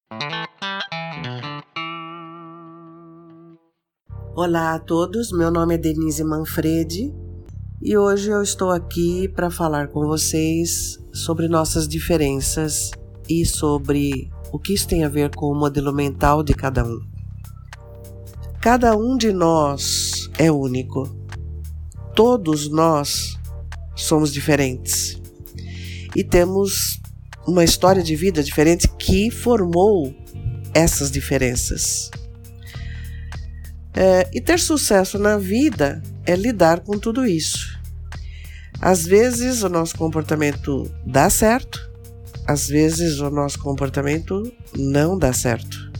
Olá a todos, meu nome é Denise Manfredi e hoje eu estou aqui para falar com vocês sobre nossas diferenças e sobre o que isso tem a ver com o modelo mental de cada um. Cada um de nós é único. Todos nós somos diferentes e temos uma história de vida diferente que formou essas diferenças. E ter sucesso na vida é lidar com tudo isso. Às vezes o nosso comportamento dá certo, às vezes o nosso comportamento não dá certo.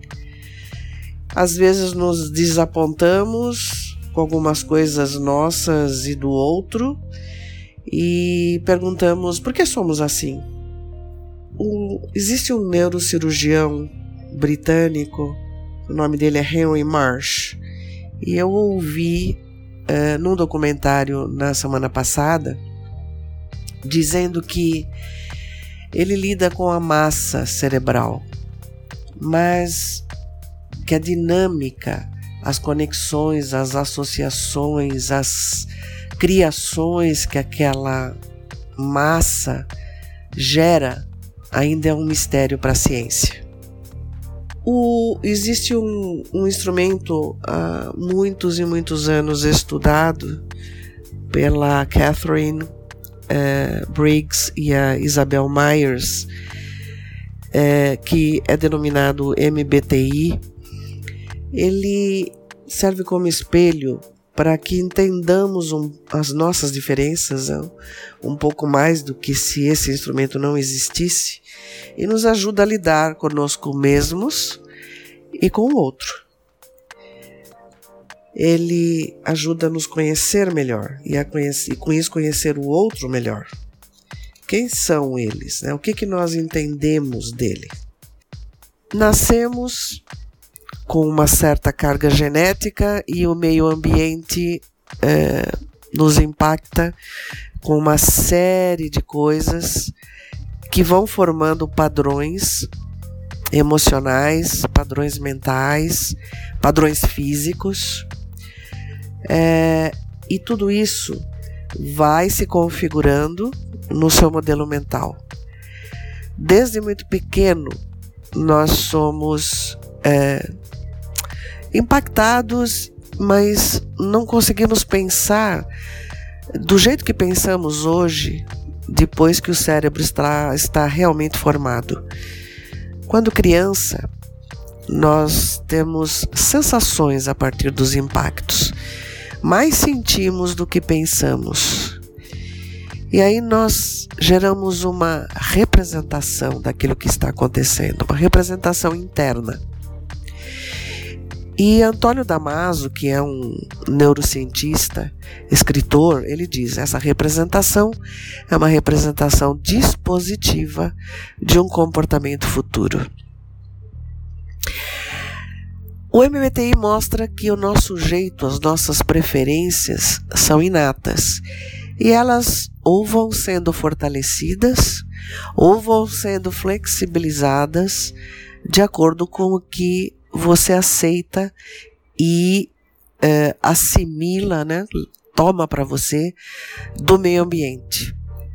Às vezes nos desapontamos com algumas coisas nossas e do outro e perguntamos por que somos assim. Existe um neurocirurgião britânico, o nome dele é Henry Marsh, e eu ouvi num documentário na semana passada dizendo que ele lida com a massa cerebral, mas que a dinâmica, as conexões, as associações, as criações que aquela massa gera ainda é um mistério para a ciência. Existe um instrumento há muitos e muitos anos estudado pela Catherine Briggs e a Isabel Myers, que é denominado MBTI. Ele serve como espelho para que entendamos as nossas diferenças um pouco mais do que se esse instrumento não existisse, e nos ajuda a lidar conosco mesmos e com o outro. Ele ajuda a nos conhecer melhor e com isso conhecer o outro melhor. Quem são eles, né? O que nós entendemos dele? Nascemos com uma certa carga genética e o meio ambiente nos impacta com uma série de coisas que vão formando padrões emocionais, padrões mentais, padrões físicos, e tudo isso vai se configurando no seu modelo mental. Desde muito pequeno nós somos impactados, mas não conseguimos pensar do jeito que pensamos hoje, depois que o cérebro está realmente formado. Quando criança, nós temos sensações a partir dos impactos, mais sentimos do que pensamos. E aí nós geramos uma representação daquilo que está acontecendo, uma representação interna. E Antônio Damasio, que é um neurocientista, escritor, ele diz: essa representação é uma representação dispositiva de um comportamento futuro. O MBTI mostra que o nosso jeito, as nossas preferências são inatas, e elas ou vão sendo fortalecidas ou vão sendo flexibilizadas de acordo com o que você aceita e assimila, né? Toma para você do meio ambiente.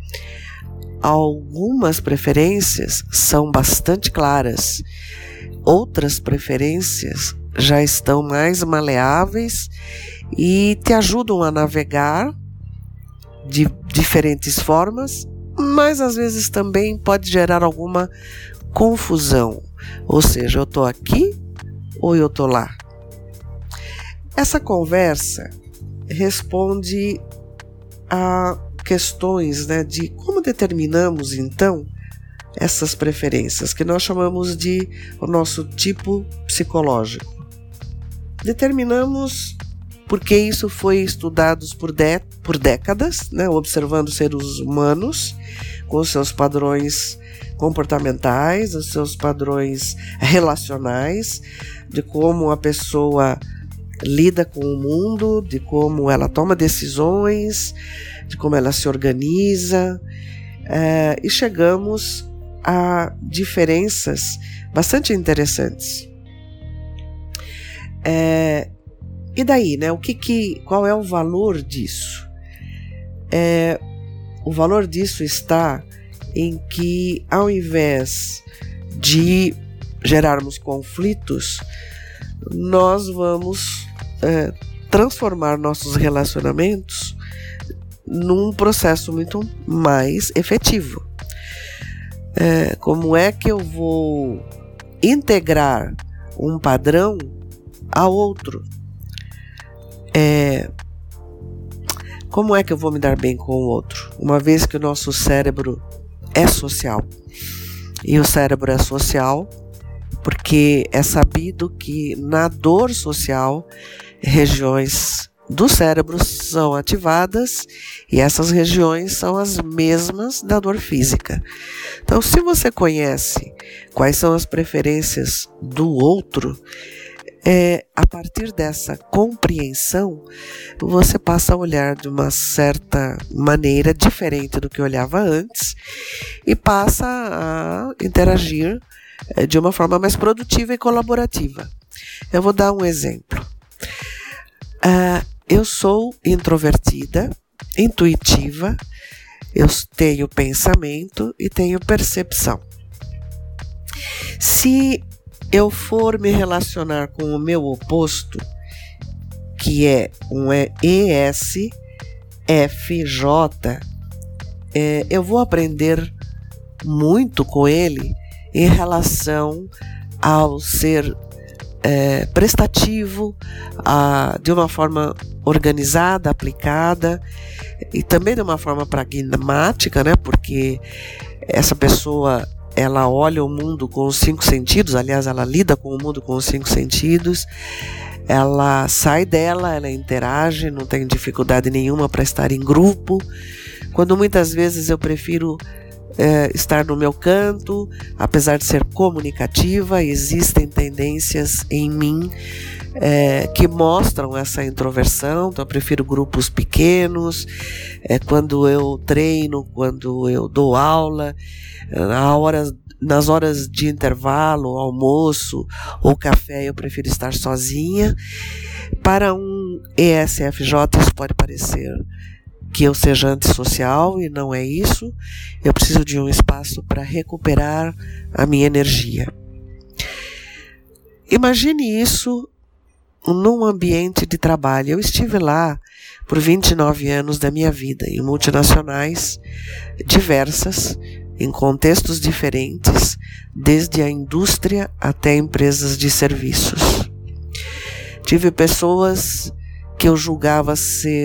Algumas preferências são bastante claras, outras preferências já estão mais maleáveis e te ajudam a navegar de diferentes formas, mas às vezes também pode gerar alguma confusão, ou seja, eu estou aqui ou eu estou lá. Essa conversa responde a questões, né, de como determinamos então essas preferências, que nós chamamos de o nosso tipo psicológico. Determinamos porque isso foi estudado por décadas, né, observando seres humanos com os seus padrões comportamentais, os seus padrões relacionais, de como a pessoa lida com o mundo, de como ela toma decisões, de como ela se organiza, e chegamos há diferenças bastante interessantes. E daí, né? Qual é o valor disso? O valor disso está em que, ao invés de gerarmos conflitos, nós vamos transformar nossos relacionamentos num processo muito mais efetivo. Como é que eu vou integrar um padrão a outro? Como é que eu vou me dar bem com o outro? Uma vez que o nosso cérebro é social. E o cérebro é social porque é sabido que na dor social, regiões do cérebro são ativadas e essas regiões são as mesmas da dor física. Então, se você conhece quais são as preferências do outro, a partir dessa compreensão, você passa a olhar de uma certa maneira diferente do que olhava antes e passa a interagir de uma forma mais produtiva e colaborativa. Eu vou dar um exemplo. Eu sou introvertida, intuitiva, eu tenho pensamento e tenho percepção. Se eu for me relacionar com o meu oposto, que é um ESFJ, eu vou aprender muito com ele em relação ao ser prestativo, de uma forma organizada, aplicada e também de uma forma pragmática, né? Porque essa pessoa, ela olha o mundo com os 5 sentidos, aliás, ela lida com o mundo com os 5 sentidos, ela sai dela, ela interage, não tem dificuldade nenhuma para estar em grupo, quando muitas vezes eu prefiro estar no meu canto. Apesar de ser comunicativa, existem tendências em mim que mostram essa introversão, então eu prefiro grupos pequenos. Quando eu treino, quando eu dou aula, nas horas de intervalo, almoço ou café, eu prefiro estar sozinha. Para um ESFJ isso pode parecer que eu seja antissocial, e não é isso. Eu preciso de um espaço para recuperar a minha energia. Imagine isso num ambiente de trabalho. Eu estive lá por 29 anos da minha vida, em multinacionais diversas, em contextos diferentes, desde a indústria até empresas de serviços. Tive pessoas que eu julgava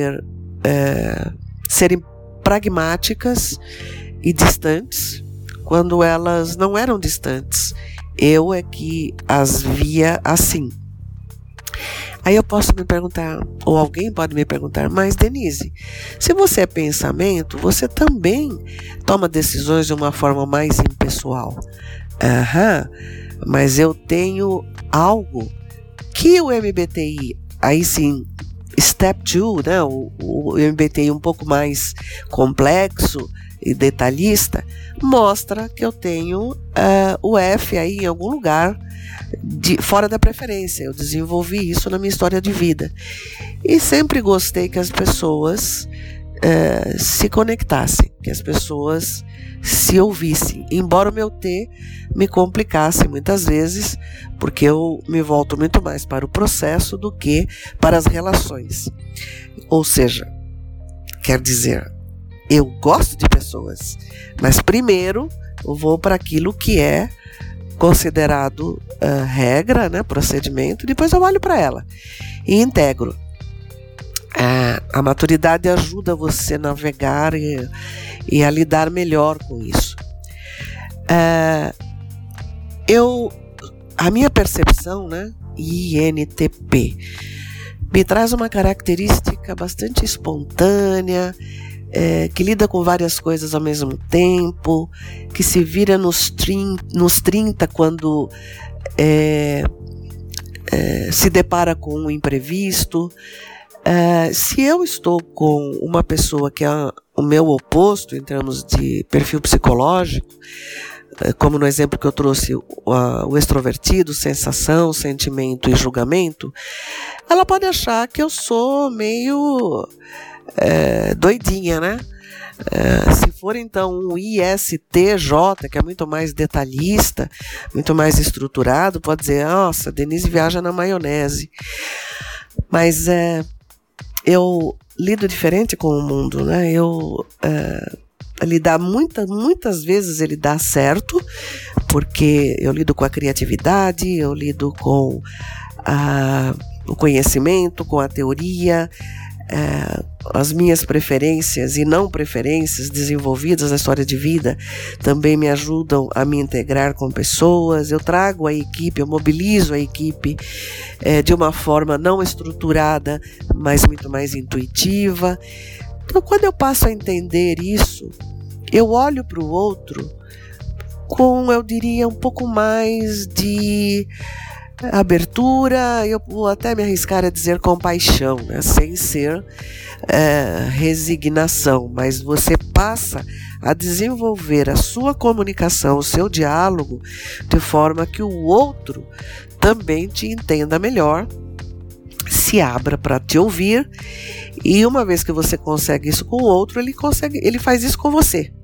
serem pragmáticas e distantes, quando elas não eram distantes. Eu é que as via assim. Aí eu posso me perguntar, ou alguém pode me perguntar, mas Denise, se você é pensamento, você também toma decisões de uma forma mais impessoal. Mas eu tenho algo que o MBTI, aí sim, Step 2, né, o MBTI um pouco mais complexo e detalhista, mostra que eu tenho o F aí em algum lugar fora da preferência. Eu desenvolvi isso na minha história de vida. E sempre gostei que as pessoas se conectassem, que as pessoas se ouvissem, embora o meu T me complicasse muitas vezes, porque eu me volto muito mais para o processo do que para as relações. Ou seja, quer dizer, eu gosto de pessoas, mas primeiro eu vou para aquilo que é considerado regra, né, procedimento, depois eu olho para ela e integro. A maturidade ajuda você a navegar e a lidar melhor com isso. A minha percepção, né, INTP, me traz uma característica bastante espontânea, que lida com várias coisas ao mesmo tempo, que se vira nos 30 quando se depara com um imprevisto. Se eu estou com uma pessoa que é o meu oposto em termos de perfil psicológico, como no exemplo que eu trouxe, o extrovertido, sensação, sentimento e julgamento, ela pode achar que eu sou meio doidinha, né? Se for então um ISTJ, que é muito mais detalhista, muito mais estruturado, pode dizer, nossa, Denise viaja na maionese. Mas eu lido diferente com o mundo, né? Muitas vezes ele dá certo, porque eu lido com a criatividade, eu lido com o conhecimento, com a teoria, as minhas preferências e não preferências desenvolvidas na história de vida também me ajudam a me integrar com pessoas. Eu trago a equipe, eu mobilizo a equipe de uma forma não estruturada, mas muito mais intuitiva. Então, quando eu passo a entender isso, eu olho para o outro com, eu diria, um pouco mais de abertura, eu vou até me arriscar a dizer compaixão, né? Sem ser resignação, mas você passa a desenvolver a sua comunicação, o seu diálogo, de forma que o outro também te entenda melhor, se abra para te ouvir, e uma vez que você consegue isso com o outro, ele faz isso com você.